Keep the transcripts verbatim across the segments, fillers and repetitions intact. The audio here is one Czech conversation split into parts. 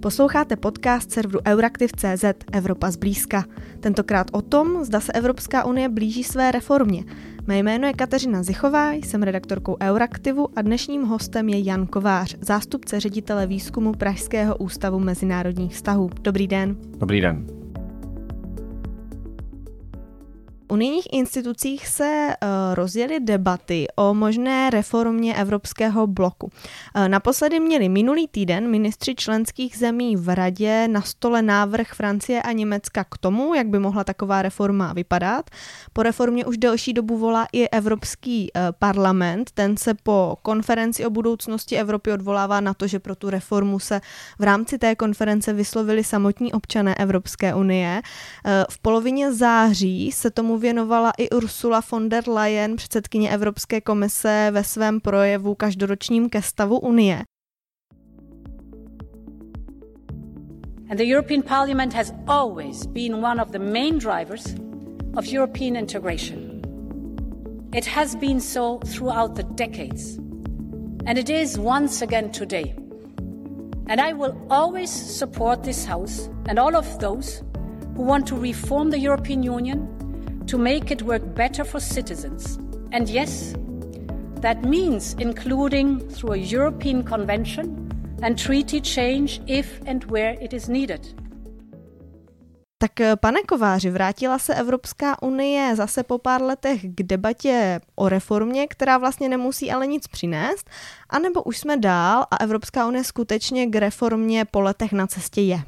Posloucháte podcast serveru Euraktiv tečka cé zet Evropa zblízka. Tentokrát o tom, zda se Evropská unie blíží své reformě. Mé jméno je Kateřina Zichová, jsem redaktorkou Euraktivu a dnešním hostem je Jan Kovář, zástupce ředitele výzkumu Pražského ústavu mezinárodních vztahů. Dobrý den. Dobrý den. V unijních institucích se uh, rozjely debaty o možné reformě evropského bloku. Uh, naposledy měli minulý týden ministři členských zemí v Radě na stole návrh Francie a Německa k tomu, jak by mohla taková reforma vypadat. Po reformě už delší dobu volá i Evropský uh, parlament. Ten se po konferenci o budoucnosti Evropy odvolává na to, že pro tu reformu se v rámci té konference vyslovili samotní občané Evropské unie. Uh, v polovině září se tomu věnovala i Ursula von der Leyen, předsedkyně Evropské komise, ve svém projevu každoročním ke stavu Unie. And the European Parliament has always been one of the main drivers of European integration. It has been so throughout the decades. And it is once again today. And I will always support this House and all of those who want to reform the European Union to make it work better for citizens. And yes, that means including through a European Convention and treaty change if and where it is needed. Tak pane Kováři, vrátila se Evropská unie zase po pár letech k debatě o reformě, která vlastně nemusí ale nic přinést, anebo už jsme dál a Evropská unie skutečně k reformě po letech na cestě je?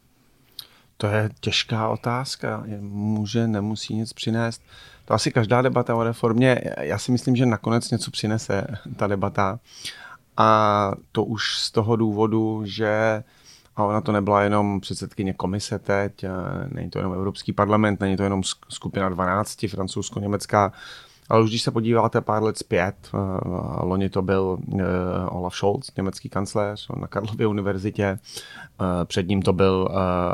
To je těžká otázka. Může, nemusí nic přinést. To asi každá debata o reformě, já si myslím, že nakonec něco přinese ta debata. A to už z toho důvodu, že a ona to nebyla jenom předsedkyně komise teď, není to jenom Evropský parlament, není to jenom skupina dvanáct francouzsko-německá, ale už když se podíváte pár let zpět, loni to byl Olaf Scholz, německý kancléř na Karlově univerzitě, před ním to byl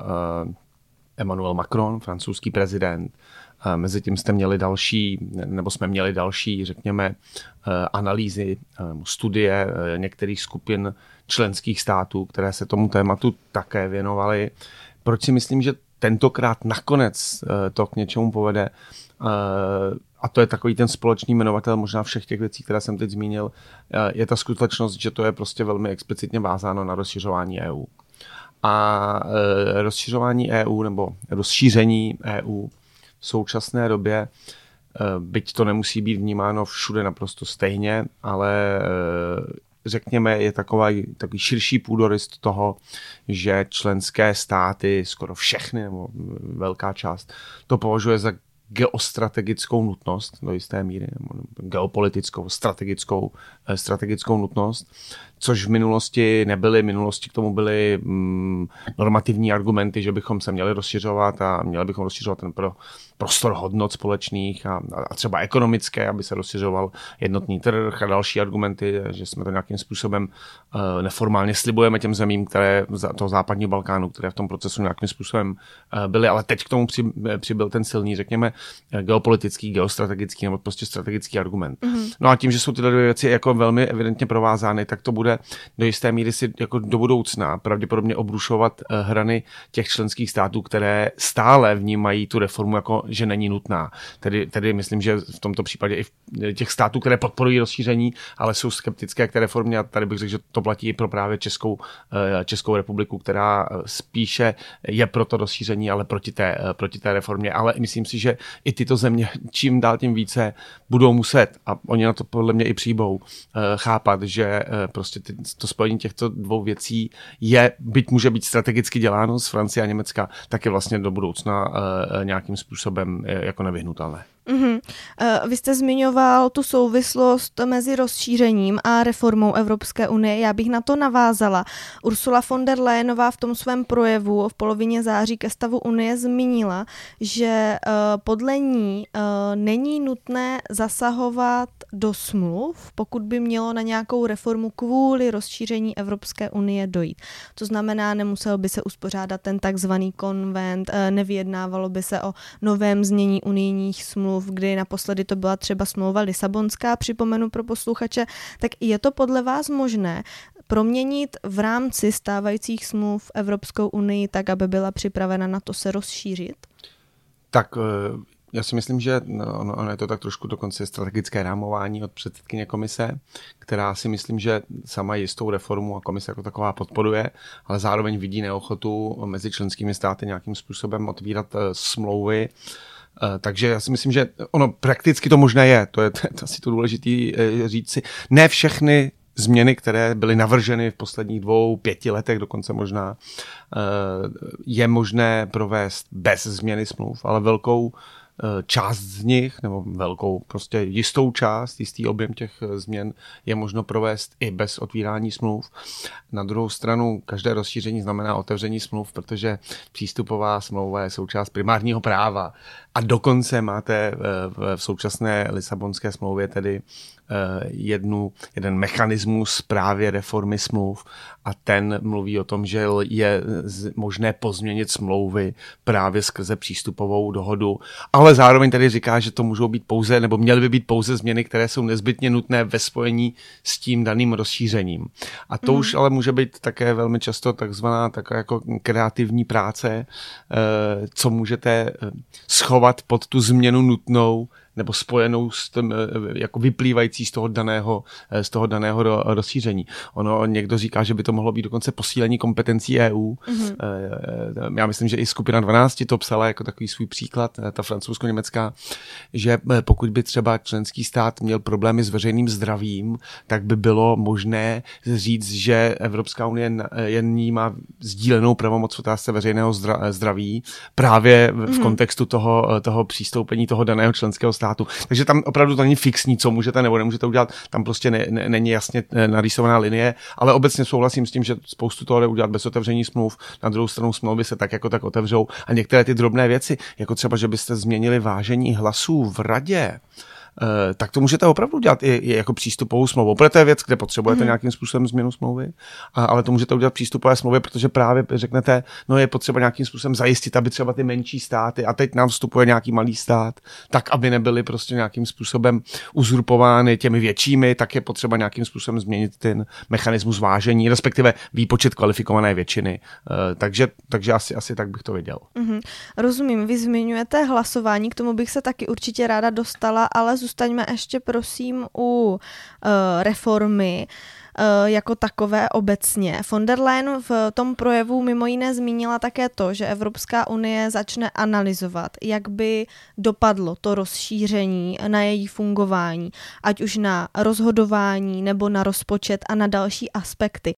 Emmanuel Macron, francouzský prezident. Mezitím jste měli další, nebo jsme měli další, řekněme, analýzy, studie některých skupin členských států, které se tomu tématu také věnovaly. Proč si myslím, že tentokrát nakonec to k něčemu povede? A to je takový ten společný jmenovatel možná všech těch věcí, které jsem teď zmínil, je ta skutečnost, že to je prostě velmi explicitně vázáno na rozšiřování E U. A rozšiřování E U nebo rozšíření E U v současné době, byť to nemusí být vnímáno všude naprosto stejně, ale řekněme, je takový, takový širší půdorys toho, že členské státy, skoro všechny nebo velká část, to považuje za geostrategickou nutnost do jisté míry, geopolitickou, strategickou, strategickou nutnost, což v minulosti nebyly. V minulosti k tomu byly mm, normativní argumenty, že bychom se měli rozšiřovat a měli bychom rozšiřovat ten pro, prostor hodnot společných a, a třeba ekonomické, aby se rozšiřoval jednotný trh a další argumenty, že jsme to nějakým způsobem uh, neformálně slibujeme těm zemím, které toho západního Balkánu, které v tom procesu nějakým způsobem uh, byly, ale teď k tomu při, přibyl ten silný, řekněme, geopolitický, geostrategický nebo prostě strategický argument. Mm-hmm. No a tím, že jsou tyhle dvě věci jako velmi evidentně provázány, tak to bude do jisté míry si jako do budoucna pravděpodobně obrušovat hrany těch členských států, které stále vnímají tu reformu jako, že není nutná. Tedy, tedy myslím, že v tomto případě i v těch států, které podporují rozšíření, ale jsou skeptické k té reformě, a tady bych řekl, že to platí i pro právě Českou, Českou republiku, která spíše je pro to rozšíření, ale proti té, proti té reformě. Ale myslím si, že i tyto země čím dál tím více budou muset, a oni na to podle mě i přijbou, chápat, že prostě ty, to spojení těchto dvou věcí je, byť může být strategicky děláno z Francie a Německa, tak je vlastně do budoucna uh, nějakým způsobem jako nevyhnutelné. Mm-hmm. Vy jste zmiňoval tu souvislost mezi rozšířením a reformou Evropské unie. Já bych na to navázala. Ursula von der Leyenová v tom svém projevu v polovině září ke stavu unie zmínila, že podle ní není nutné zasahovat do smluv, pokud by mělo na nějakou reformu kvůli rozšíření Evropské unie dojít. To znamená, nemusel by se uspořádat ten takzvaný konvent, nevyjednávalo by se o novém znění unijních smluv, smluv, kdy naposledy to byla třeba smlouva Lisabonská, připomenu pro posluchače, tak je to podle vás možné proměnit v rámci stávajících smluv Evropskou unii tak, aby byla připravena na to se rozšířit? Tak já si myslím, že ono, ono je to tak trošku dokonce strategické rámování od předsedkyně komise, která si myslím, že sama jistou reformu a komise jako taková podporuje, ale zároveň vidí neochotu mezi členskými státy nějakým způsobem otvírat smlouvy. Takže já si myslím, že ono prakticky to možné je, to je, to je asi to důležité říct si. Ne všechny změny, které byly navrženy v posledních dvou, pěti letech, dokonce možná, je možné provést bez změny smluv, ale velkou část z nich, nebo velkou, prostě jistou část, jistý objem těch změn je možno provést i bez otvírání smluv. Na druhou stranu každé rozšíření znamená otevření smluv, protože přístupová smlouva je součást primárního práva a dokonce máte v současné Lisabonské smlouvě tedy jednu, jeden mechanismus právě reformy smluv a ten mluví o tom, že je možné pozměnit smlouvy právě skrze přístupovou dohodu, ale zároveň tedy říká, že to můžou být pouze, nebo měly by být pouze změny, které jsou nezbytně nutné ve spojení s tím daným rozšířením. A to mm. už ale může být také velmi často takzvaná taková jako kreativní práce, co můžete schovat pod tu změnu nutnou nebo spojenou s tím, jako vyplývající z toho daného, z toho daného rozšíření. Ono někdo říká, že by to mohlo být dokonce posílení kompetencí E U. Mm-hmm. Já myslím, že i skupina dvanáct to psala jako takový svůj příklad, ta francouzsko-německá, že pokud by třeba členský stát měl problémy s veřejným zdravím, tak by bylo možné říct, že Evropská unie jen ní má sdílenou pravomoc v otázce veřejného zdraví právě v mm-hmm. kontextu toho, toho přístoupení toho daného členského státu. Takže tam opravdu to není fixní, co můžete nebo nemůžete udělat, tam prostě ne, ne, není jasně narýsovaná linie, ale obecně souhlasím s tím, že spoustu toho jde udělat bez otevření smluv, na druhou stranu smlouvy se tak jako tak otevřou a některé ty drobné věci, jako třeba, že byste změnili vážení hlasů v radě, tak to můžete opravdu dělat i, i jako přístupovou smlouvu. Protože to je věc, kde potřebujete mm. nějakým způsobem změnu smlouvy, a, ale to můžete udělat přístupové smlouvy, protože právě řeknete, no je potřeba nějakým způsobem zajistit, aby třeba ty menší státy, a teď nám vstupuje nějaký malý stát, tak aby nebyly prostě nějakým způsobem uzurpovány těmi většími, tak je potřeba nějakým způsobem změnit ten mechanismus vážení, respektive výpočet kvalifikované většiny. Takže, takže asi, asi tak bych to viděl. Mm-hmm. Rozumím, vy zmiňujete hlasování, k tomu bych se taky určitě ráda dostala, ale zůstaňme ještě prosím u uh, reformy uh, jako takové obecně. Von der Leyen v tom projevu mimo jiné zmínila také to, že Evropská unie začne analyzovat, jak by dopadlo to rozšíření na její fungování, ať už na rozhodování nebo na rozpočet a na další aspekty.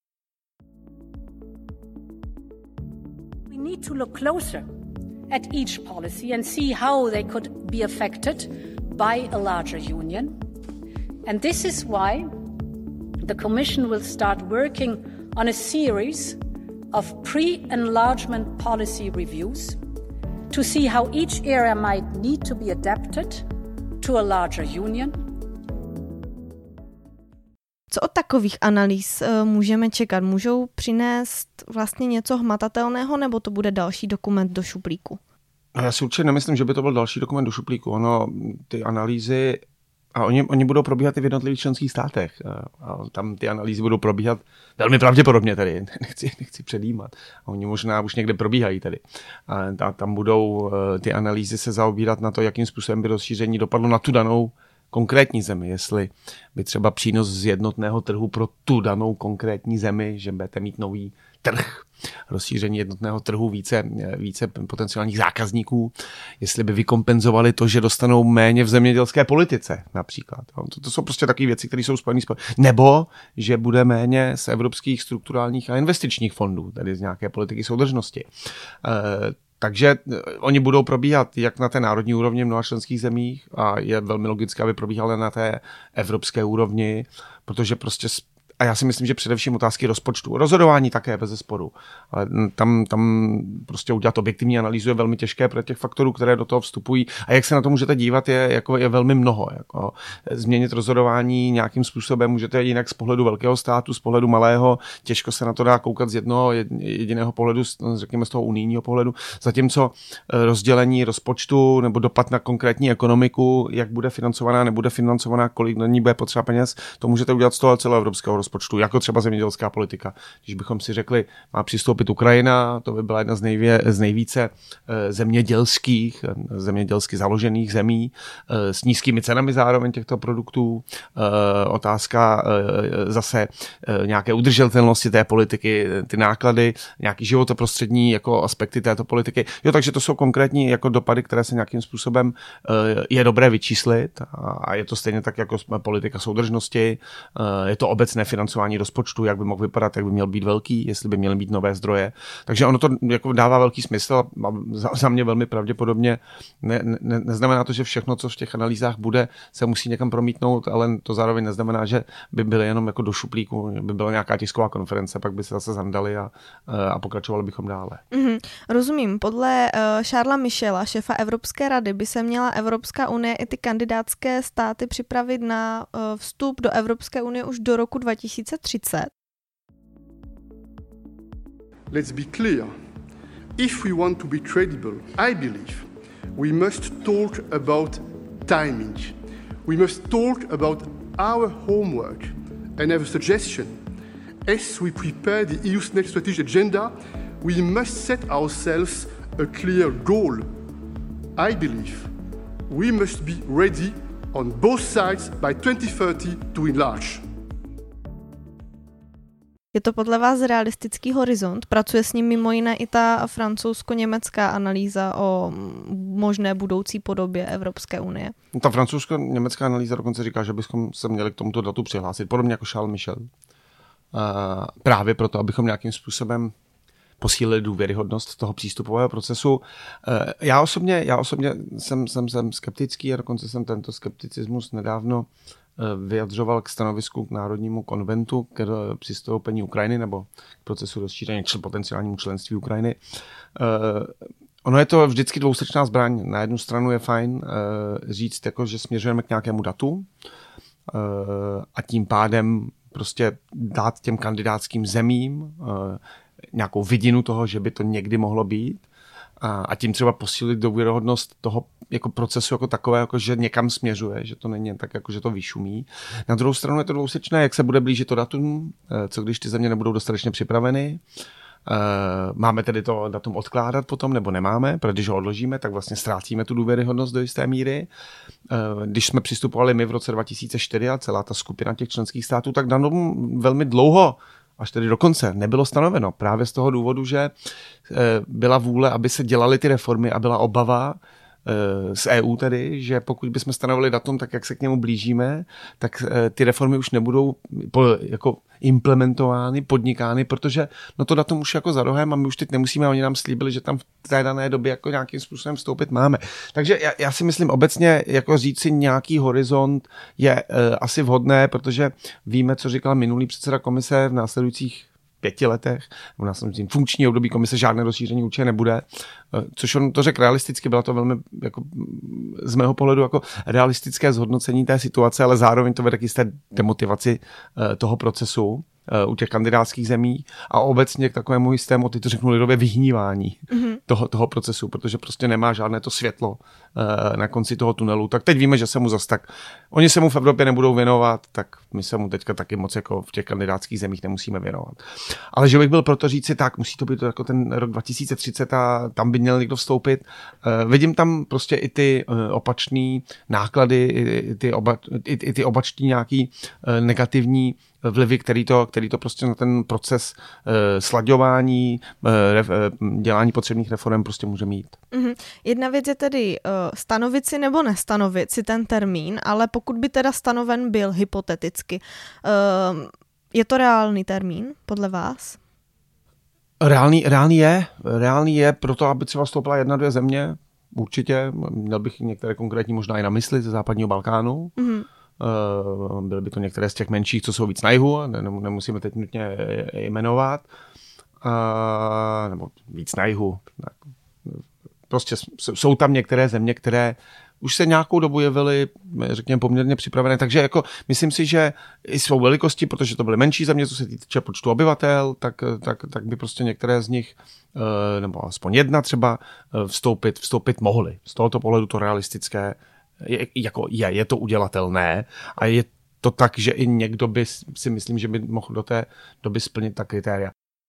We need to look closer at each policy and see how they could be affected by a larger union. And this is why the Commission will start working on a series of pre-enlargement policy reviews to see how each area might need to be adapted to a larger union. Co od takových analýz můžeme čekat? Můžou přinést vlastně něco hmatatelného, nebo to bude další dokument do šuplíku? Já si určitě nemyslím, že by to byl další dokument do šuplíku. Ono, ty analýzy, a oni, oni budou probíhat i v jednotlivých členských státech. A tam ty analýzy budou probíhat velmi pravděpodobně tady, nechci, nechci předjímat. A oni možná už někde probíhají tady. A tam budou ty analýzy se zaobírat na to, jakým způsobem by rozšíření dopadlo na tu danou konkrétní zemi, jestli by třeba přínos z jednotného trhu pro tu danou konkrétní zemi, že budete mít nový trh, rozšíření jednotného trhu, více, více potenciálních zákazníků, jestli by vykompenzovali to, že dostanou méně v zemědělské politice například. To, to jsou prostě takové věci, které jsou spojené s... Nebo, že bude méně z evropských strukturálních a investičních fondů, tedy z nějaké politiky soudržnosti. E, Takže oni budou probíhat jak na té národní úrovni v mnoha členských zemích a je velmi logické, aby probíhaly na té evropské úrovni, protože prostě a já si myslím, že především otázky rozpočtu. Rozhodování také bezesporu. Ale tam, tam prostě udělat objektivní analýzu je velmi těžké pro těch faktorů, které do toho vstupují. A jak se na to můžete dívat, je, jako, je velmi mnoho. Jako, změnit rozhodování nějakým způsobem můžete jinak z pohledu velkého státu, z pohledu malého. Těžko se na to dá koukat z jednoho jediného pohledu, řekněme z toho unijního pohledu. Zatímco rozdělení rozpočtu nebo dopad na konkrétní ekonomiku, jak bude financovaná, nebude financovaná, kolik na ní bude potřeba peněz, to můžete udělat z toho celoevropského rozpočtu, jako třeba zemědělská politika. Když bychom si řekli, má přistoupit Ukrajina, to by byla jedna z, nejvě, z nejvíce zemědělských, zemědělsky založených zemí s nízkými cenami zároveň těchto produktů. Otázka zase nějaké udržitelnosti té politiky, ty náklady, nějaký životoprostřední jako aspekty této politiky. Jo, takže to jsou konkrétní jako dopady, které se nějakým způsobem je dobré vyčíslit a je to stejně tak jako politika soudržnosti, je to obecné financování rozpočtu, jak by mohl vypadat, jak by měl být velký, jestli by měly být nové zdroje. Takže ono to jako dává velký smysl a za mě velmi pravděpodobně ne, ne, neznamená to, že všechno, co v těch analýzách bude, se musí někam promítnout, ale to zároveň neznamená, že by byly jenom jako do šuplíku, by byla nějaká tisková konference, pak by se zase zandali a, a pokračovali bychom dále. Mm-hmm. Rozumím. Podle uh, Charlesa Michela, šéfa Evropské rady, by se měla Evropská unie i ty kandidátské státy připravit na uh, vstup do Evropské unie už do roku dva tisíce třicet. Let's be clear. If we want to be credible, I believe we must talk about timing. We must talk about our homework and have a suggestion. As we prepare the E U's next strategic agenda, we must set ourselves a clear goal. I believe we must be ready on both sides by twenty thirty to enlarge. Je to podle vás realistický horizont? Pracuje s ním mimo jiné i ta francouzsko-německá analýza o možné budoucí podobě Evropské unie? Ta francouzsko-německá analýza dokonce říká, že bychom se měli k tomuto datu přihlásit, podobně jako Charles Michel. Uh, právě proto, abychom nějakým způsobem posílili důvěryhodnost toho přístupového procesu. Uh, já osobně, já osobně jsem, jsem, jsem skeptický a dokonce jsem tento skepticismus nedávno vyjadřoval k stanovisku k Národnímu konventu k přistoupení Ukrajiny nebo k procesu rozšíření k potenciálnímu členství Ukrajiny. Uh, ono je to vždycky dvousečná zbraň. Na jednu stranu je fajn uh, říct, jako, že směřujeme k nějakému datu uh, a tím pádem prostě dát těm kandidátským zemím uh, nějakou vidinu toho, že by to někdy mohlo být. A tím třeba posílit důvěryhodnost toho jako procesu jako takové, jako že někam směřuje, že to není tak, jako že to vyšumí. Na druhou stranu je to dvousečné, jak se bude blížit to datum, co když ty země nebudou dostatečně připraveny. Máme tedy to datum odkládat potom, nebo nemáme, protože když ho odložíme, tak vlastně ztrácíme tu důvěryhodnost do jisté míry. Když jsme přistupovali my v roce dva tisíce čtyři a celá ta skupina těch členských států, tak datum velmi dlouho až tedy dokonce nebylo stanoveno. Právě z toho důvodu, že byla vůle, aby se dělaly ty reformy a byla obava z E U tedy, že pokud bychom stanovili datum, tak jak se k němu blížíme, tak ty reformy už nebudou jako implementovány, podnikány, protože no to datum už jako za rohem a my už teď nemusíme, oni nám slíbili, že tam v té dané době jako nějakým způsobem vstoupit máme. Takže já, já si myslím obecně jako říct si nějaký horizont je uh, asi vhodné, protože víme, co říkal minulý předseda komise v následujících pěti letech, u nás myslím, funkční období komise žádné rozšíření určitě nebude, což on to řekl realisticky, byla to velmi jako, z mého pohledu jako realistické zhodnocení té situace, ale zároveň to vede k jisté demotivaci toho procesu u těch kandidátských zemí a obecně k takovému jistému, ty to řeknu lidově, vyhnívání mm-hmm. toho, toho procesu, protože prostě nemá žádné to světlo uh, na konci toho tunelu. Tak teď víme, že se mu zas tak, oni se mu v Evropě nebudou věnovat, tak my se mu teďka taky moc jako v těch kandidátských zemích nemusíme věnovat. Ale že bych byl proto říci, tak musí to být jako ten rok dva tisíce třicet a tam by měl někdo vstoupit. Uh, vidím tam prostě i ty uh, opačný náklady, i ty, oba, i, i ty opačný nějaký uh, negativní vlivy, který to, který to prostě na ten proces e, slaďování, e, ref, e, dělání potřebných reform prostě může mít. Mm-hmm. Jedna věc je tedy uh, stanovit si nebo nestanovit si ten termín, ale pokud by teda stanoven byl hypoteticky, uh, je to reálný termín podle vás? Reálný, reálný je. Reálný je proto, aby třeba vstoupila jedna, dvě země, určitě. Měl bych některé konkrétní možná i na mysli ze západního Balkánu. Mm-hmm. byly by to některé z těch menších, co jsou víc na jihu, nemusíme teď nutně jmenovat, nebo víc na jihu. Prostě jsou tam některé země, které už se nějakou dobu jevily, řekněme, poměrně připravené. Takže jako myslím si, že i svou velikosti, protože to byly menší země, co se týče počtu obyvatel, tak, tak, tak by prostě některé z nich, nebo aspoň jedna třeba, vstoupit, vstoupit mohly. Z tohoto pohledu to realistické je, jako je, je to udělatelné a je to tak, že i někdo by si myslím, že by mohl do té doby splnit ta kritéria.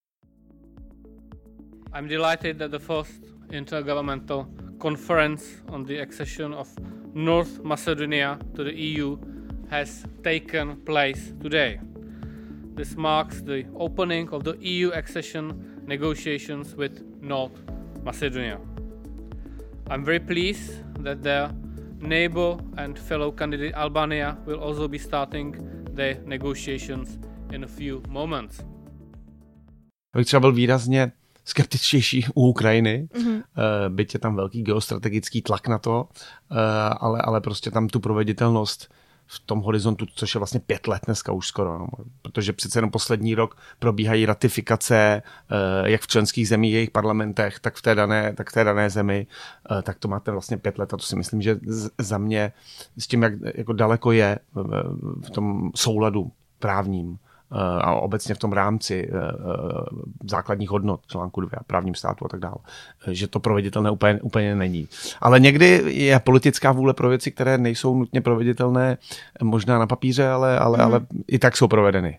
I'm delighted that the first intergovernmental conference on the accession of North Macedonia to the E U has taken place today. This marks the opening of the E U accession negotiations with North Macedonia. I'm very pleased that their neighbor and fellow candidate Albania will also be starting the negotiations in a few moments. Abych třeba byl výrazně skeptičtější u Ukrajiny, mm-hmm. byť je tam velký geostrategický tlak na to, ale, ale prostě tam tu proveditelnost v tom horizontu, což je vlastně pět let dneska už skoro, no, protože přece jenom poslední rok probíhají ratifikace jak v členských zemích, jejich parlamentech, tak v té dané, tak v té dané zemi, tak to máte vlastně pět let a to si myslím, že za mě s tím, jak jako daleko je v tom souladu právním a obecně v tom rámci základních hodnot článku dva, právním státu a tak dále, že to proveditelné úplně, úplně není. Ale někdy je politická vůle pro věci, které nejsou nutně proveditelné, možná na papíře, ale, ale, mm. ale i tak jsou provedeny.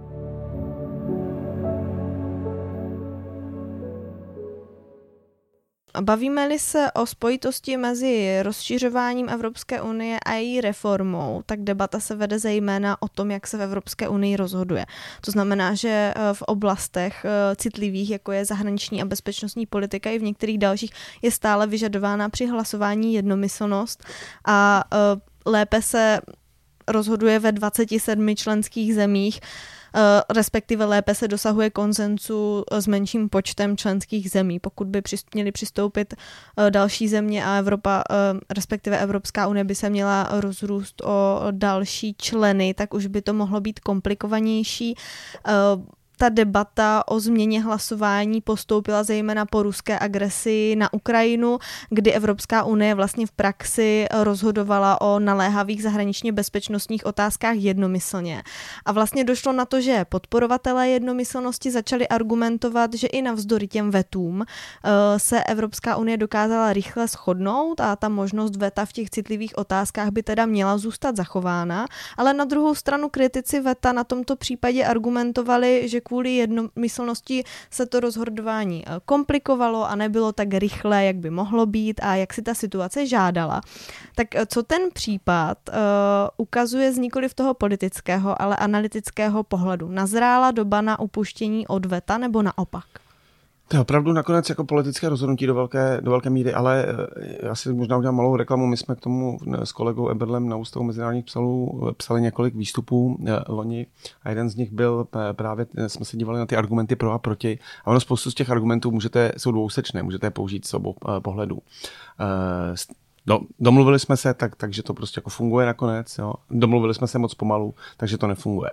Bavíme-li se o spojitosti mezi rozšiřováním Evropské unie a její reformou, tak debata se vede zejména o tom, jak se v Evropské unii rozhoduje. To znamená, že v oblastech citlivých, jako je zahraniční a bezpečnostní politika, i v některých dalších je stále vyžadována při hlasování jednomyslnost a lépe se rozhoduje ve dvaceti sedmi členských zemích, respektive lépe se dosahuje konsenzu s menším počtem členských zemí. Pokud by měly přistoupit další země a Evropa, respektive Evropská unie by se měla rozrůst o další členy, tak už by to mohlo být komplikovanější. Ta debata o změně hlasování postoupila zejména po ruské agresi na Ukrajinu, kdy Evropská unie vlastně v praxi rozhodovala o naléhavých zahraničně bezpečnostních otázkách jednomyslně. A vlastně došlo na to, že podporovatelé jednomyslnosti začali argumentovat, že i navzdory těm vetům se Evropská unie dokázala rychle shodnout a ta možnost veta v těch citlivých otázkách by teda měla zůstat zachována, ale na druhou stranu kritici veta na tomto případě argumentovali, že kvůli jednomyslnosti se to rozhodování komplikovalo a nebylo tak rychlé, jak by mohlo být a jak si ta situace žádala. Tak co ten případ uh, ukazuje z nikoli v toho politického, ale analytického pohledu? Nazrála doba na upuštění od veta nebo naopak? To je opravdu nakonec jako politické rozhodnutí do velké, do velké míry, ale já si možná udělám malou reklamu. My jsme k tomu s kolegou Eberlem na Ústavu mezinárodních psalů psali několik výstupů loni a jeden z nich byl právě, jsme se dívali na ty argumenty pro a proti a ono spoustu z těch argumentů můžete, jsou dvousečné, můžete je použít z obou pohledů. No, domluvili jsme se, tak, takže to prostě jako funguje nakonec. Jo. Domluvili jsme se moc pomalu, takže to nefunguje.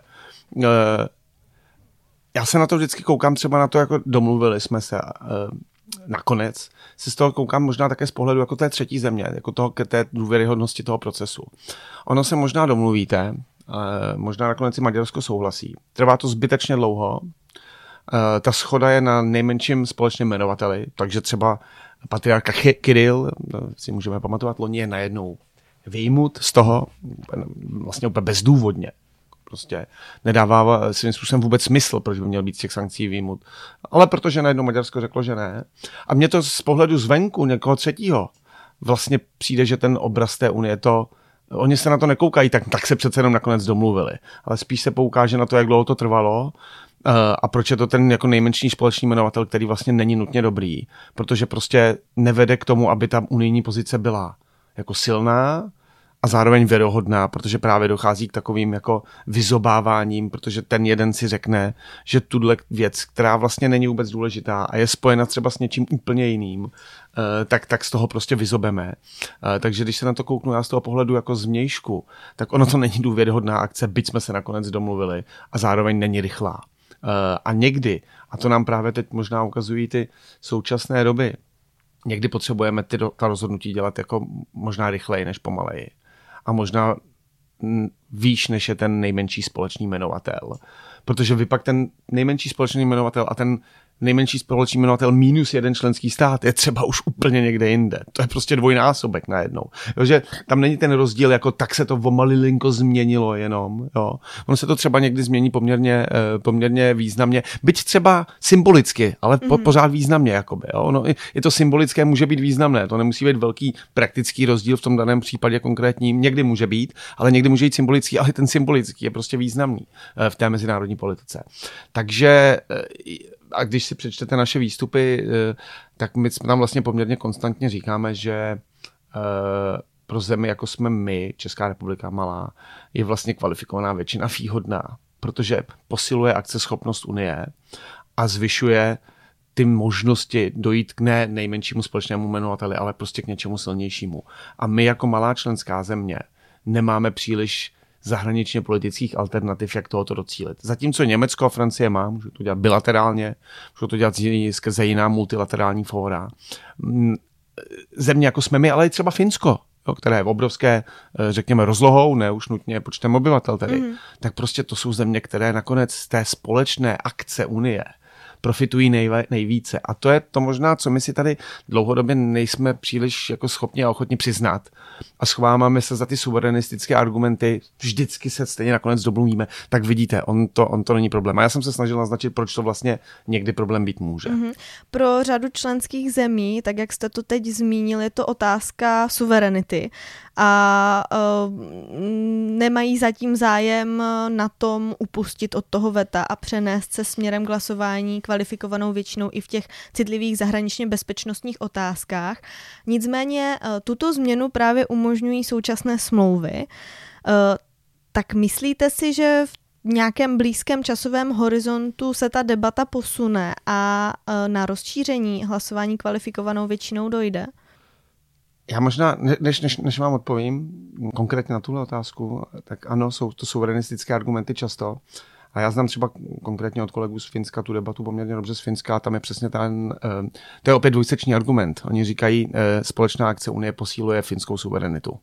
Já se na to vždycky koukám třeba na to, jako domluvili jsme se uh, nakonec. Se z toho koukám možná také z pohledu jako té třetí země, jako toho, k té důvěryhodnosti toho procesu. Ono se možná domluvíte, uh, možná nakonec i Maďarsko souhlasí. Trvá to zbytečně dlouho. Uh, ta shoda je na nejmenším společném jmenovateli, takže třeba patriarcha Kiril, si můžeme pamatovat, loni je najednou vyjmut z toho vlastně úplně bezdůvodně. Prostě nedává svým způsobem vůbec smysl, proč by měl být z těch sankcí výjimut. Ale protože najednou Maďarsko řeklo, že ne. A mně to z pohledu zvenku někoho třetího vlastně přijde, že ten obraz té unie to, oni se na to nekoukají, tak, tak se přece jenom nakonec domluvili. Ale spíš se poukáže na to, jak dlouho to trvalo a proč je to ten jako nejmenší společný jmenovatel, který vlastně není nutně dobrý. Protože prostě nevede k tomu, aby ta unijní pozice byla jako silná, a zároveň věrohodná, protože právě dochází k takovým jako vyzobáváním, protože ten jeden si řekne, že tuhle věc, která vlastně není vůbec důležitá a je spojena třeba s něčím úplně jiným, tak, tak z toho prostě vyzobeme. Takže když se na to kouknu já z toho pohledu jako zvnějšku, tak ono to není důvěryhodná akce, byť jsme se nakonec domluvili a zároveň není rychlá. A někdy, a to nám právě teď možná ukazují ty současné doby, někdy potřebujeme ty, ta rozhodnutí dělat jako možná rychleji než pomaleji. A možná výš, než je ten nejmenší společný jmenovatel. Protože vy pak ten nejmenší společný jmenovatel a ten nejmenší společný jmenovatel minus jeden členský stát je třeba už úplně někde jinde. To je prostě dvojnásobek najednou. Takže tam není ten rozdíl, jako tak se to omalilinko změnilo jenom. Jo. Ono se to třeba někdy změní poměrně, poměrně významně, byť třeba symbolicky, ale po, mm-hmm. pořád významně. Jakoby, jo. No, je to symbolické, může být významné. To nemusí být velký praktický rozdíl v tom daném případě konkrétním. Někdy může být, ale někdy může být symbolický, ale ten symbolický je prostě významný v té mezinárodní politice. Takže a když si přečtete naše výstupy, tak my tam vlastně poměrně konstantně říkáme, že pro zemi, jako jsme my, Česká republika malá, je vlastně kvalifikovaná většina výhodná, protože posiluje akceschopnost Unie a zvyšuje ty možnosti dojít k ne nejmenšímu společnému jmenovateli, ale prostě k něčemu silnějšímu. A my jako malá členská země nemáme příliš zahraničně politických alternativ, jak tohoto docílit. Zatímco Německo a Francie má, můžou to dělat bilaterálně, můžou to dělat skrze jiná multilaterální fóra. Země jako jsme my, ale i třeba Finsko, jo, které je obrovské, řekněme, rozlohou, ne už nutně počtem obyvatel tedy, mm. tak prostě to jsou země, které nakonec z té společné akce Unie profitují nejve, nejvíce. A to je to možná, co my si tady dlouhodobě nejsme příliš jako schopni a ochotni přiznat. A schováváme se za ty suverenistické argumenty, vždycky se stejně nakonec domluvíme. Tak vidíte, on to, on to není problém. A já jsem se snažil naznačit, proč to vlastně někdy problém být může. Mm-hmm. Pro řadu členských zemí, tak jak jste to teď zmínil, je to otázka suverenity. A uh, nemají zatím zájem na tom upustit od toho veta a přenést se směrem k hlasování kvalifikovanou většinou i v těch citlivých zahraničně bezpečnostních otázkách. Nicméně uh, tuto změnu právě umožňují současné smlouvy. Uh, tak myslíte si, že v nějakém blízkém časovém horizontu se ta debata posune a uh, na rozšíření hlasování kvalifikovanou většinou dojde? Já možná, než, než, než vám odpovím konkrétně na tuhle otázku, tak ano, jsou to suverenistické argumenty často. A já znám třeba konkrétně od kolegů z Finska tu debatu poměrně dobře z Finska, tam je přesně ten, to je opět dvojsečný argument. Oni říkají, společná akce Unie posíluje finskou suverenitu.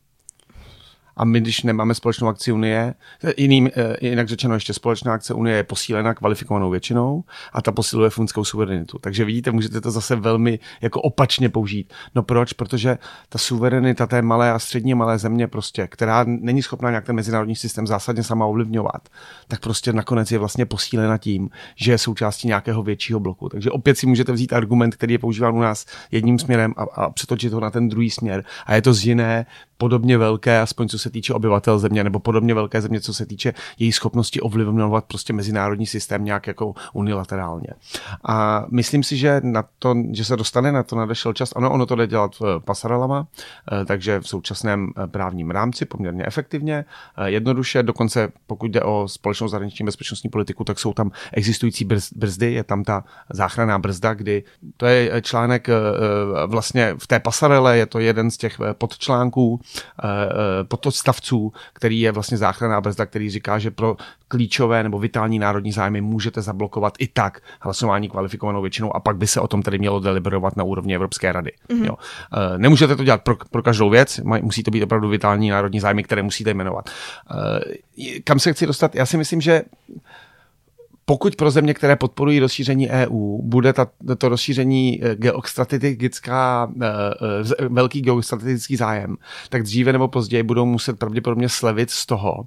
A my, když nemáme společnou akci Unie, jiným, jinak řečeno ještě společná akce Unie je posílena kvalifikovanou většinou a ta posiluje finskou suverenitu. Takže vidíte, můžete to zase velmi jako opačně použít. No proč? Protože ta suverenita té malé a středně malé země prostě, která není schopná nějak ten mezinárodní systém zásadně sama ovlivňovat, tak prostě nakonec je vlastně posílena tím, že je součástí nějakého většího bloku. Takže opět si můžete vzít argument, který je používán u nás jedním směrem a, a přetočit ho na ten druhý směr. A je to z jiné, podobně velké, aspoň co se týče obyvatel země, nebo podobně velké země, co se týče její schopnosti ovlivňovat prostě mezinárodní systém nějak jako unilaterálně. A myslím si, že na to, že se dostane na to nadešel čas, ano, ono to jde dělat pasarelama, takže v současném právním rámci poměrně efektivně, jednoduše, dokonce pokud jde o společnou zahraniční bezpečnostní politiku, tak jsou tam existující brzdy, je tam ta záchranná brzda, kdy to je článek vlastně v té pasarele, je to jeden z těch podčlánků, podstavců, který je vlastně záchranná brzda, který říká, že pro klíčové nebo vitální národní zájmy můžete zablokovat i tak hlasování kvalifikovanou většinou a pak by se o tom tedy mělo deliberovat na úrovni Evropské rady. Mm-hmm. Jo. Nemůžete to dělat pro, pro každou věc, musí to být opravdu vitální národní zájmy, které musíte jmenovat. Kam se chci dostat? Já si myslím, že pokud pro země, které podporují rozšíření E U, bude ta, to rozšíření geostrategická, velký geostrategický zájem, tak dříve nebo později budou muset pravděpodobně slevit z toho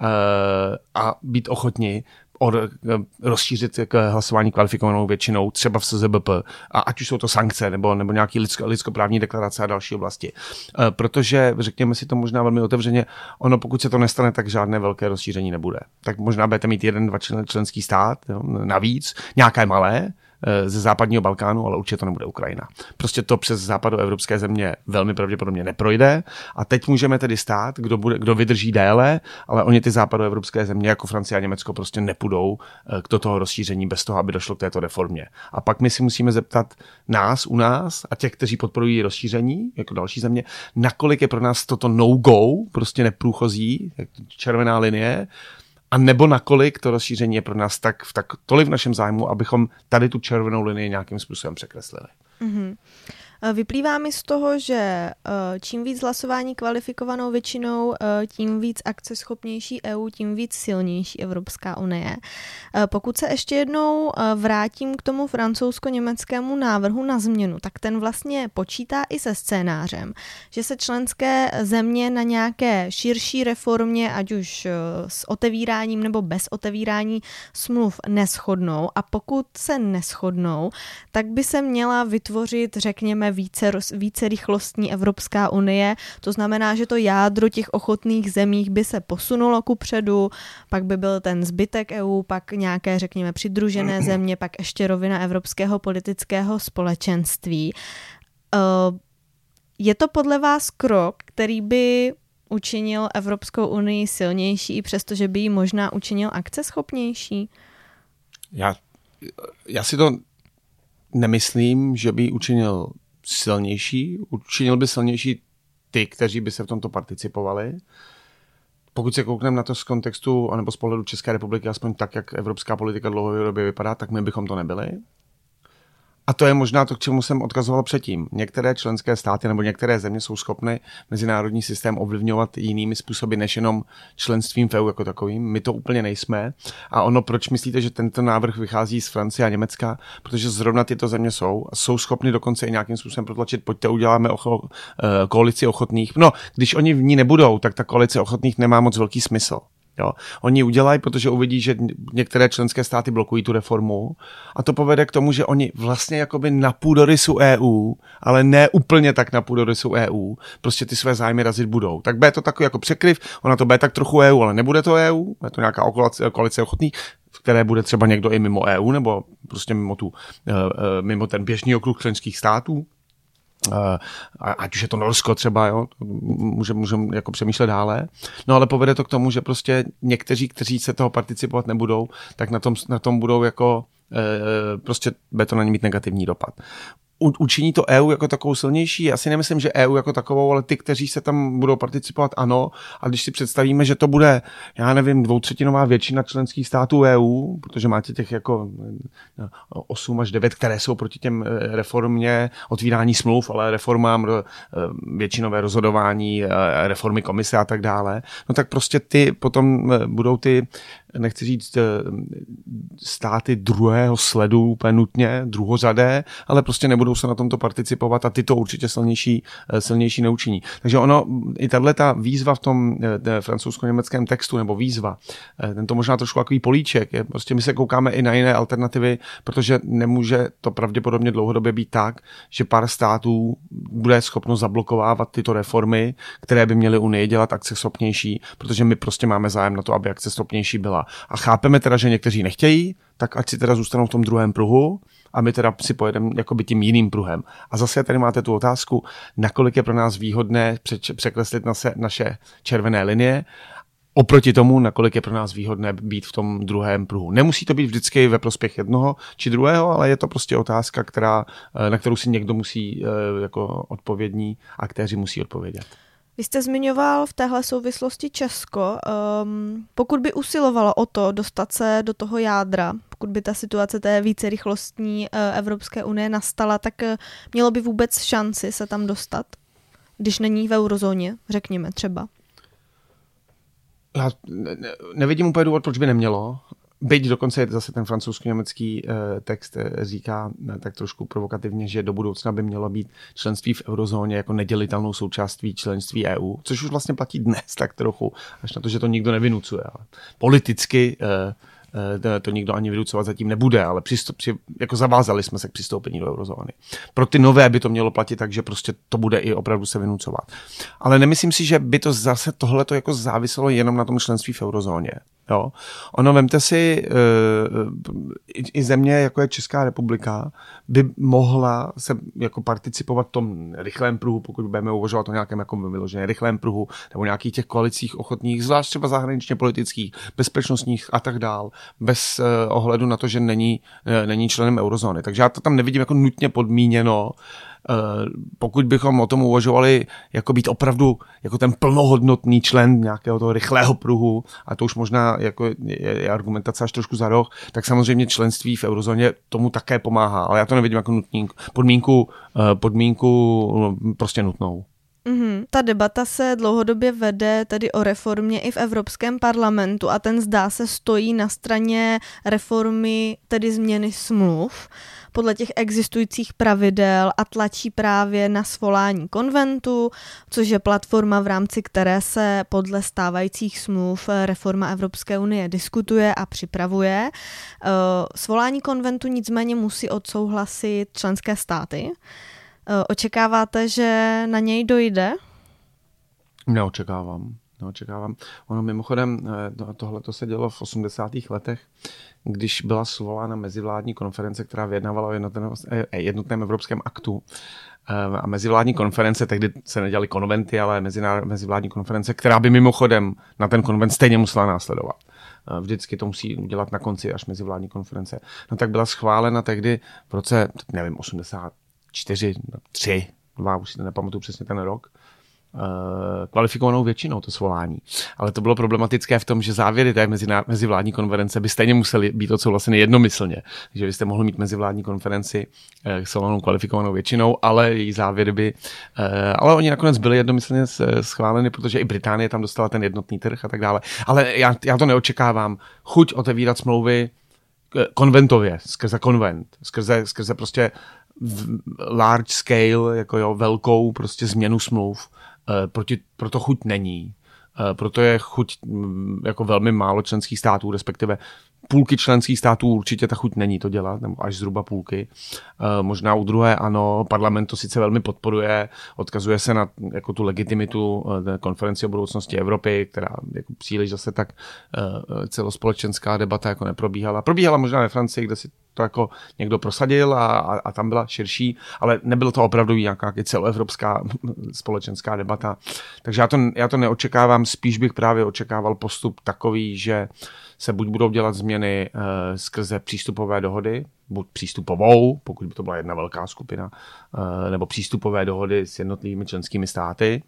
a být ochotni od, rozšířit k hlasování kvalifikovanou většinou, třeba v S Z B P, a ať už jsou to sankce nebo, nebo nějaký lidsko, lidskoprávní deklarace a další oblasti. E, protože, řekněme si to možná velmi otevřeně, ono pokud se to nestane, tak žádné velké rozšíření nebude. Tak možná budete mít jeden, dva člen, členský stát, jo, navíc, nějaké malé, ze západního Balkánu, ale určitě to nebude Ukrajina. Prostě to přes západoevropské země velmi pravděpodobně neprojde a teď můžeme tedy stát, kdo, bude, kdo vydrží déle, ale oni ty západoevropské země jako Francie a Německo prostě nepůjdou do toho rozšíření bez toho, aby došlo k této reformě. A pak my si musíme zeptat nás u nás a těch, kteří podporují rozšíření, jako další země, nakolik je pro nás toto no-go, prostě neprůchozí, červená linie, a nebo nakolik to rozšíření je pro nás tak, tak tolik v našem zájmu, abychom tady tu červenou linii nějakým způsobem překreslili. Mm-hmm. Vyplývá mi z toho, že čím víc hlasování kvalifikovanou většinou, tím víc akceschopnější E U, tím víc silnější Evropská unie. Pokud se ještě jednou vrátím k tomu francouzsko-německému návrhu na změnu, tak ten vlastně počítá i se scénářem, že se členské země na nějaké širší reformě, ať už s otevíráním nebo bez otevírání smluv neshodnou, a pokud se neshodnou, tak by se měla vytvořit, řekněme, více, více rychlostní Evropská unie. To znamená, že to jádro těch ochotných zemích by se posunulo kupředu, pak by byl ten zbytek E U, pak nějaké, řekněme, přidružené země, pak ještě rovina evropského politického společenství. Je to podle vás krok, který by učinil Evropskou unii silnější, i přesto, že by ji možná učinil akceschopnější? Já, já si to nemyslím, že by ji učinil silnější. Učinil by silnější ty, kteří by se v tomto participovali. Pokud se koukneme na to z kontextu, anebo z pohledu České republiky, aspoň tak, jak evropská politika dlouhodobě vypadá, tak my bychom to nebyli. A to je možná to, k čemu jsem odkazoval předtím. Některé členské státy nebo některé země jsou schopny mezinárodní systém ovlivňovat jinými způsoby než jenom členstvím v E U jako takovým. My to úplně nejsme. A ono, proč myslíte, že tento návrh vychází z Francie a Německa? Protože zrovna tyto země jsou a jsou schopny dokonce i nějakým způsobem protlačit, pojďte, uděláme ocho, koalici ochotných. No, když oni v ní nebudou, tak ta koalice ochotných nemá moc velký smysl. Jo. Oni udělají, protože uvidí, že některé členské státy blokují tu reformu a to povede k tomu, že oni vlastně jakoby na půdorysu E U, ale ne úplně tak na půdorysu E U, prostě ty své zájmy razit budou. Tak bude to takový jako překryv, ona to bude tak trochu E U, ale nebude to E U, je to nějaká koalice ochotných, v které bude třeba někdo i mimo E U nebo prostě mimo, tu, mimo ten běžný okruh členských států. Uh, ať už je to Norsko třeba, jo, můžeme můžem jako přemýšlet dále. No ale povede to k tomu, že prostě někteří, kteří se toho participovat nebudou, tak na tom, na tom budou jako uh, prostě bude to na ně mít negativní dopad. U, učiní to E U jako takovou silnější? Já si nemyslím, že E U jako takovou, ale ty, kteří se tam budou participovat, ano. A když si představíme, že to bude, já nevím, dvoutřetinová většina členských států E U, protože máte těch jako osm až devět, které jsou proti těm reformě, otvírání smluv, ale reformám, většinové rozhodování, reformy komise a tak dále, no tak prostě ty potom budou ty, nechci říct státy druhého sledu úplně nutně, druhořadé, ale prostě nebudou se na tomto participovat a ty to určitě silnější, silnější neučiní. Takže ono, i tato výzva v tom francouzsko-německém textu, nebo výzva, tento možná trošku takový políček, je, prostě my se koukáme i na jiné alternativy, protože nemůže to pravděpodobně dlouhodobě být tak, že pár států bude schopno zablokovávat tyto reformy, které by měly Unii dělat akceschopnější, protože my prostě máme zájem na to, aby akceschopnější byla. A chápeme teda, že někteří nechtějí, tak ať si teda zůstanou v tom druhém pruhu a my teda si pojedeme jakoby tím jiným pruhem. A zase tady máte tu otázku, nakolik je pro nás výhodné překreslit naše, naše červené linie, oproti tomu, nakolik je pro nás výhodné být v tom druhém pruhu. Nemusí to být vždycky ve prospěch jednoho či druhého, ale je to prostě otázka, která, na kterou si někdo musí jako odpovědní aktéři musí odpovědět. Vy jste zmiňoval v téhle souvislosti Česko. Um, pokud by usilovalo o to dostat se do toho jádra, pokud by ta situace té vícerychlostní uh, Evropské unie nastala, tak uh, mělo by vůbec šanci se tam dostat, když není v eurozóně, řekněme třeba? Já nevidím úplně důvod, proč by nemělo. Byť dokonce zase ten francouzsko-německý text říká tak trošku provokativně, že do budoucna by mělo být členství v eurozóně jako nedělitelnou součástí členství E U, což už vlastně platí dnes tak trochu, až na to, že to nikdo nevynucuje. Ale politicky to nikdo ani vynucovat zatím nebude, ale přistup, jako zavázali jsme se k přistoupení do eurozóny. Pro ty nové by to mělo platit tak, že prostě to bude i opravdu se vynucovat. Ale nemyslím si, že by to zase tohleto jako záviselo jenom na tom členství v eurozóně. Jo. Ono, vemte si, i, i země, jako je Česká republika, by mohla se jako participovat v tom rychlém pruhu, pokud budeme uvažovat o nějakém jako vyloženě rychlém pruhu, nebo nějakých těch koalicích ochotných, zvlášť třeba zahraničně politických, bezpečnostních a tak dál, bez uh, ohledu na to, že není, uh, není členem eurozóny. Takže já to tam nevidím jako nutně podmíněno. Pokud bychom o tom uvažovali jako být opravdu jako ten plnohodnotný člen nějakého toho rychlého pruhu, a to už možná jako je, je argumentace až trošku za roh, tak samozřejmě členství v eurozóně tomu také pomáhá, ale já to nevidím jako nutný, podmínku, podmínku prostě nutnou. Mm-hmm. Ta debata se dlouhodobě vede tedy o reformě i v Evropském parlamentu a ten zdá se stojí na straně reformy, tedy změny smluv podle těch existujících pravidel a tlačí právě na svolání konventu, což je platforma, v rámci které se podle stávajících smluv reforma Evropské unie diskutuje a připravuje. Svolání konventu nicméně musí odsouhlasit členské státy. Očekáváte, že na něj dojde? Neočekávám. Neočekávám. Ono mimochodem, tohle to se dělo v osmdesátých letech, když byla svolána mezivládní konference, která vyjednávala o jednotném, jednotném evropském aktu. A mezivládní konference, tehdy se nedělaly konventy, ale mezivládní konference, která by mimochodem na ten konvent stejně musela následovat. Vždycky to musí udělat na konci až mezivládní konference. No tak byla schválena tehdy v roce, nevím, osmdesát čtyři, tři, dva, už si nepamatuju přesně ten rok, kvalifikovanou většinou to svolání. Ale to bylo problematické v tom, že závěry té mezivládní konference by stejně musely být odsouhlaseny jednomyslně. Takže byste mohli mít mezivládní konferenci svolanou kvalifikovanou většinou, ale její závěry by... Ale oni nakonec byli jednomyslně schváleny, protože i Británie tam dostala ten jednotný trh a tak dále. Ale já, já to neočekávám. Chuť otevírat smlouvy konventově, skrze konvent, skrze, skrze prostě large scale, jako jo, velkou prostě změnu smluv, proti, proto chuť není. Proto je chuť jako velmi málo členských států, respektive půlky členských států určitě ta chuť není to dělat, nebo až zhruba půlky. E, možná u druhé ano, parlament to sice velmi podporuje, odkazuje se na jako tu legitimitu e, konferenci o budoucnosti Evropy, která jako příliš zase tak e, celospolečenská debata jako neprobíhala. Probíhala možná ve Francii, kde si to jako někdo prosadil a, a, a tam byla širší, ale nebylo to opravdu nějaká celoevropská společenská debata. Takže já to, já to neočekávám, spíš bych právě očekával postup takový, že se buď budou dělat změny e, skrze přístupové dohody, buď přístupovou, pokud by to byla jedna velká skupina, e, nebo přístupové dohody s jednotlivými členskými státy,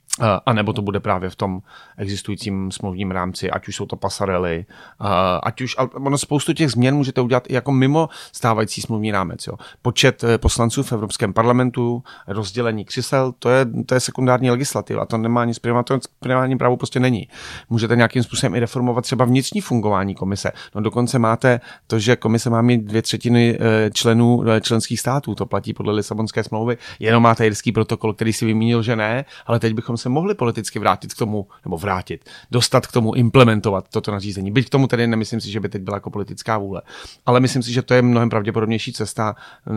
a nebo to bude právě v tom existujícím smluvním rámci, ať už jsou to pasarely, ať už, ale ono spoustu těch změn můžete udělat i jako mimo stávající smluvní rámec. Jo. Počet poslanců v Evropském parlamentu, rozdělení křesel, to je, to je sekundární legislativa, to nemá nic, primární právo prostě není. Můžete nějakým způsobem i reformovat třeba vnitřní fungování komise. No dokonce máte to, že komise má mít dvě třetiny členů členských států, to platí podle Lisabonské smlouvy, jenom máte irský protokol, který si vymínil, že ne, ale teď bychom se mohli politicky vrátit k tomu, nebo vrátit, dostat k tomu, implementovat toto nařízení. Byť k tomu tedy nemyslím si, že by teď byla jako politická vůle. Ale myslím si, že to je mnohem pravděpodobnější cesta.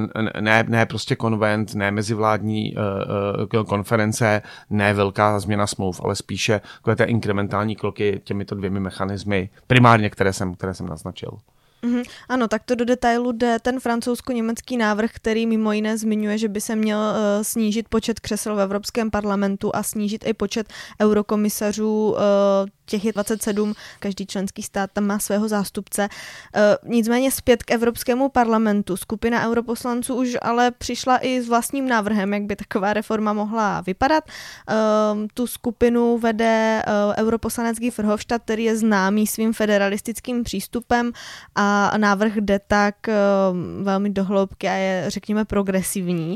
Ne, ne prostě konvent, ne mezivládní uh, konference, ne velká změna smluv, ale spíše té inkrementální kroky těmito dvěmi mechanismy, primárně, které jsem, které jsem naznačil. Mm-hmm. Ano, tak to do detailu jde ten francouzsko-německý návrh, který mimo jiné zmiňuje, že by se měl uh, snížit počet křesel v Evropském parlamentu a snížit i počet eurokomisařů, uh, těch je dvacet sedm, každý členský stát tam má svého zástupce. Uh, nicméně zpět k Evropskému parlamentu. Skupina europoslanců už ale přišla i s vlastním návrhem, jak by taková reforma mohla vypadat. Uh, tu skupinu vede uh, europoslanec Guy Verhofstadt, který je známý svým federalistickým přístupem a A návrh jde tak velmi do hloubky a je, řekněme, progresivní.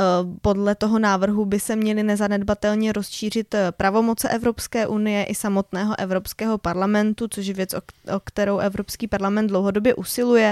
Podle toho návrhu by se měly nezanedbatelně rozšířit pravomoce Evropské unie i samotného Evropského parlamentu, což je věc, o kterou Evropský parlament dlouhodobě usiluje.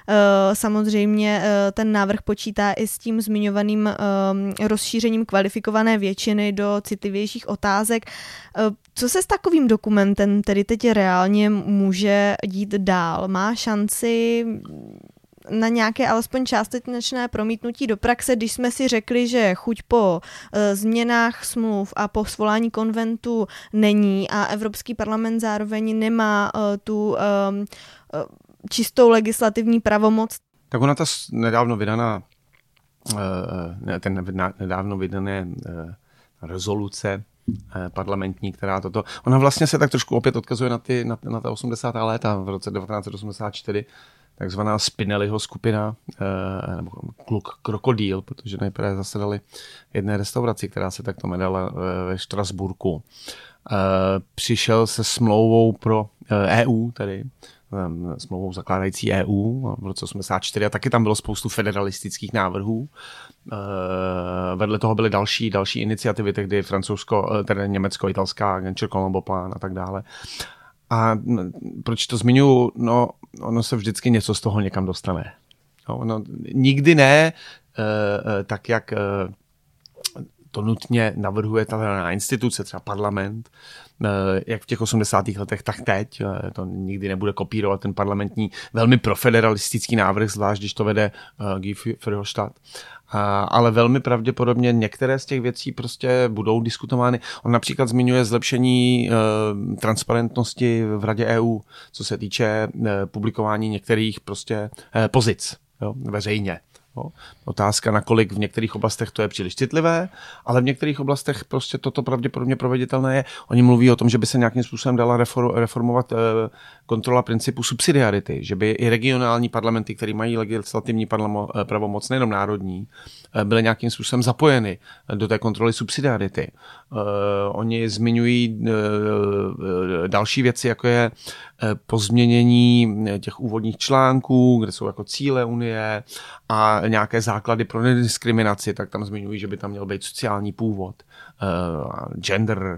Samozřejmě ten návrh počítá i s tím zmiňovaným rozšířením kvalifikované většiny do citlivějších otázek. Co se s takovým dokumentem tedy teď reálně může dít dál? Má šanci na nějaké alespoň částečné promítnutí do praxe, když jsme si řekli, že chuť po uh, změnách smluv a po svolání konventu není a Evropský parlament zároveň nemá uh, tu um, uh, čistou legislativní pravomoc. Tak ona ta nedávno vydaná, uh, ten nedávno vydané uh, rezoluce parlamentní, která toto, ona vlastně se tak trošku opět odkazuje na, ty, na, na ta osmdesátá léta v roce devatenáct set osmdesát čtyři, takzvaná Spinelliho skupina, eh, nebo kluk Krokodýl, protože nejprve zasedali v jedné restauraci, která se takto jmenovala eh, ve Štrasburku. Eh, přišel se smlouvou pro eh, E U, tedy eh, smlouvou zakládající E U v roce osmdesát čtyři a taky tam bylo spoustu federalistických návrhů. Eh, vedle toho byly další, další iniciativy, tehdy francouzsko, tedy německo-italská Genscher Colombo plán a tak dále. A proč to zmiňuji? No, ono se vždycky něco z toho někam dostane. No, ono, nikdy ne, e, tak jak e, to nutně navrhuje ta instituce, třeba parlament, e, jak v těch osmdesátých letech, tak teď. E, to nikdy nebude kopírovat ten parlamentní velmi profederalistický návrh, zvlášť když to vede e, Guy Verhofstadt. A, ale velmi pravděpodobně některé z těch věcí prostě budou diskutovány. On například zmiňuje zlepšení e, transparentnosti v Radě E U, co se týče e, publikování některých prostě e, pozic, jo, veřejně. Jo. Otázka, nakolik v některých oblastech to je příliš citlivé, ale v některých oblastech prostě toto pravděpodobně proveditelné je. Oni mluví o tom, že by se nějakým způsobem dala reformovat kontrola principu subsidiarity, že by i regionální parlamenty, které mají legislativní pravomoc, nejenom národní, byly nějakým způsobem zapojeny do té kontroly subsidiarity. Oni zmiňují další věci, jako je pozměnění těch úvodních článků, kde jsou jako cíle Unie a nějaké základy pro nediskriminaci, tak tam zmiňují, že by tam měl být sociální původ, gender,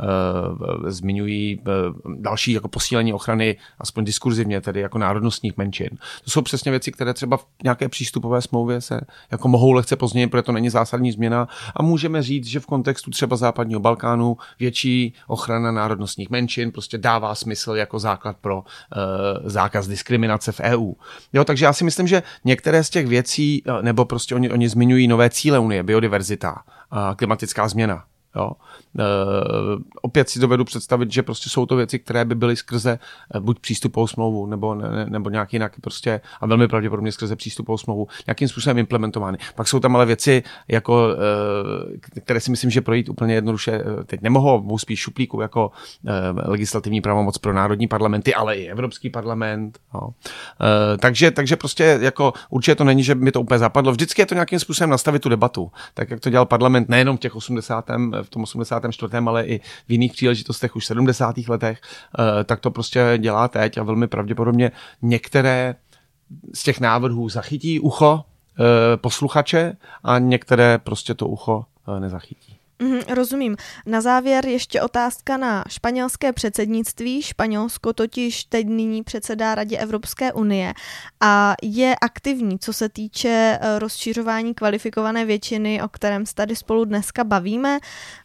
zmiňují další jako posílení ochrany, aspoň diskurzivně, tedy jako národnostních menšin. To jsou přesně věci, které třeba v nějaké přístupové smlouvě se jako mohou lehce později, protože to není zásadní změna a můžeme říct, že v kontextu třeba západního Balkánu větší ochrana národnostních menšin prostě dává smysl jako základ pro uh, zákaz diskriminace v E U. Jo, takže já si myslím, že některé z těch věcí, nebo prostě oni, oni zmiňují nové cíle Unie, biodiverzita, uh, klimatická změna. Jo. E, opět si dovedu představit, že prostě jsou to věci, které by byly skrze buď přístupovou smlouvu nebo, ne, nebo nějak jinak prostě a velmi pravděpodobně skrze přístupovou smlouvu nějakým způsobem implementovány. Pak jsou tam ale věci, jako, e, které si myslím, že projít úplně jednoduše teď nemohou, mohou spíš šuplíku jako e, legislativní pravomoc pro národní parlamenty, ale i Evropský parlament. Jo. E, takže, takže prostě jako určitě to není, že mi to úplně zapadlo. Vždycky je to nějakým způsobem nastavit tu debatu, tak jak to dělal parlament nejenom v těch osmdesátém v tom osmdesátém čtvrtém ale i v jiných příležitostech už v sedmdesátých letech, tak to prostě dělá teď a velmi pravděpodobně některé z těch návrhů zachytí ucho posluchače a některé prostě to ucho nezachytí. Mm, rozumím. Na závěr ještě otázka na španělské předsednictví. Španělsko totiž teď nyní předsedá Radě Evropské unie a je aktivní, co se týče rozšiřování kvalifikované většiny, o kterém se tady spolu dneska bavíme.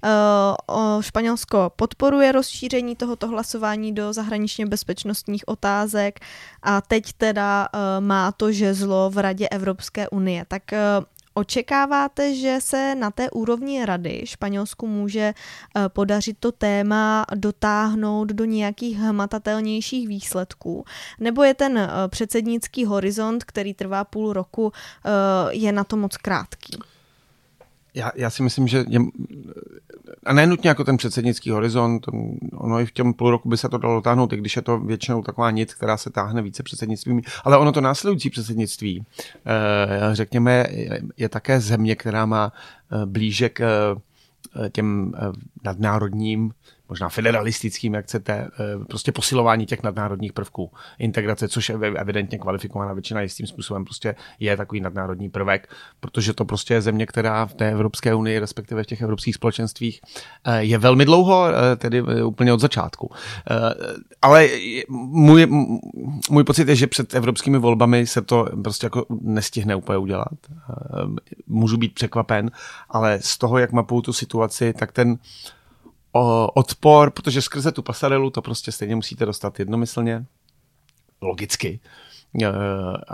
Španělsko podporuje rozšíření tohoto hlasování do zahraničně bezpečnostních otázek a teď teda má to žezlo v Radě Evropské unie. Tak očekáváte, že se na té úrovni rady Španělsku může podařit to téma dotáhnout do nějakých hmatatelnějších výsledků? Nebo je ten předsednický horizont, který trvá půl roku, je na to moc krátký? Já, já si myslím, že je, a ne nutně jako ten předsednický horizont, ono i v těm půl roku by se to dalo dotáhnout, i když je to většinou taková nit, která se táhne více předsednictvími, ale ono to následující předsednictví, řekněme, je také země, která má blíže k těm nadnárodním, možná federalistickým, jak chcete, prostě posilování těch nadnárodních prvků, integrace, což je evidentně kvalifikovaná většina jistým způsobem prostě je takový nadnárodní prvek, protože to prostě je země, která v té Evropské unii, respektive v těch evropských společenstvích je velmi dlouho, tedy úplně od začátku. Ale můj, můj pocit je, že před evropskými volbami se to prostě jako nestihne úplně udělat. Můžu být překvapen, ale z toho, jak mapuju tu situaci, tak ten O odpor, protože skrze tu pasarelu to prostě stejně musíte dostat jednomyslně, logicky. A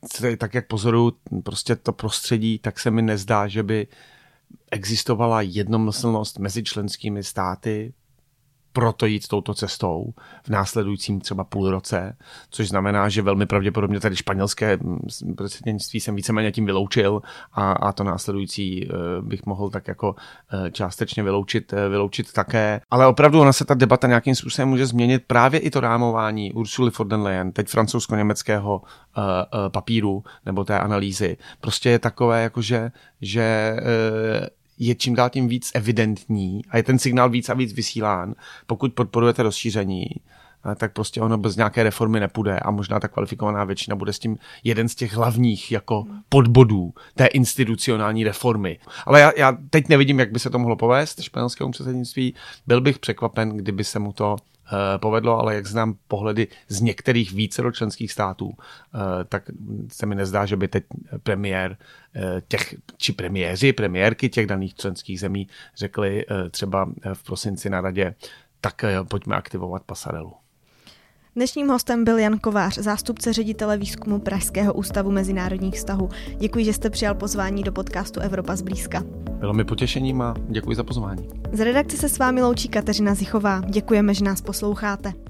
tak jak pozoruju prostě to prostředí, tak se mi nezdá, že by existovala jednomyslnost mezi členskými státy proto jít touto cestou v následujícím třeba půl roce, což znamená, že velmi pravděpodobně tady španělské předsednictví jsem víceméně tím vyloučil a, a to následující bych mohl tak jako částečně vyloučit, vyloučit také. Ale opravdu ona se ta debata nějakým způsobem může změnit právě i to rámování Ursuly von der Leyen, teď francouzsko-německého uh, uh, papíru nebo té analýzy. Prostě je takové, jakože, že uh, je čím dál tím víc evidentní a je ten signál víc a víc vysílán. Pokud podporujete rozšíření, tak prostě ono bez nějaké reformy nepůjde a možná ta kvalifikovaná většina bude s tím jeden z těch hlavních jako podbodů té institucionální reformy. Ale já, já teď nevidím, jak by se to mohlo povést španělskému předsednictví. Byl bych překvapen, kdyby se mu to povedlo, ale jak znám pohledy z některých více členských států, tak se mi nezdá, že by teď premiér těch, či premiéři, premiérky těch daných členských zemí řekli třeba v prosinci na radě, tak pojďme aktivovat pasarelu. Dnešním hostem byl Jan Kovář, zástupce ředitele výzkumu Pražského ústavu mezinárodních vztahů. Děkuji, že jste přijal pozvání do podcastu Evropa zblízka. Bylo mi potěšením a děkuji za pozvání. Z redakce se s vámi loučí Kateřina Zichová. Děkujeme, že nás posloucháte.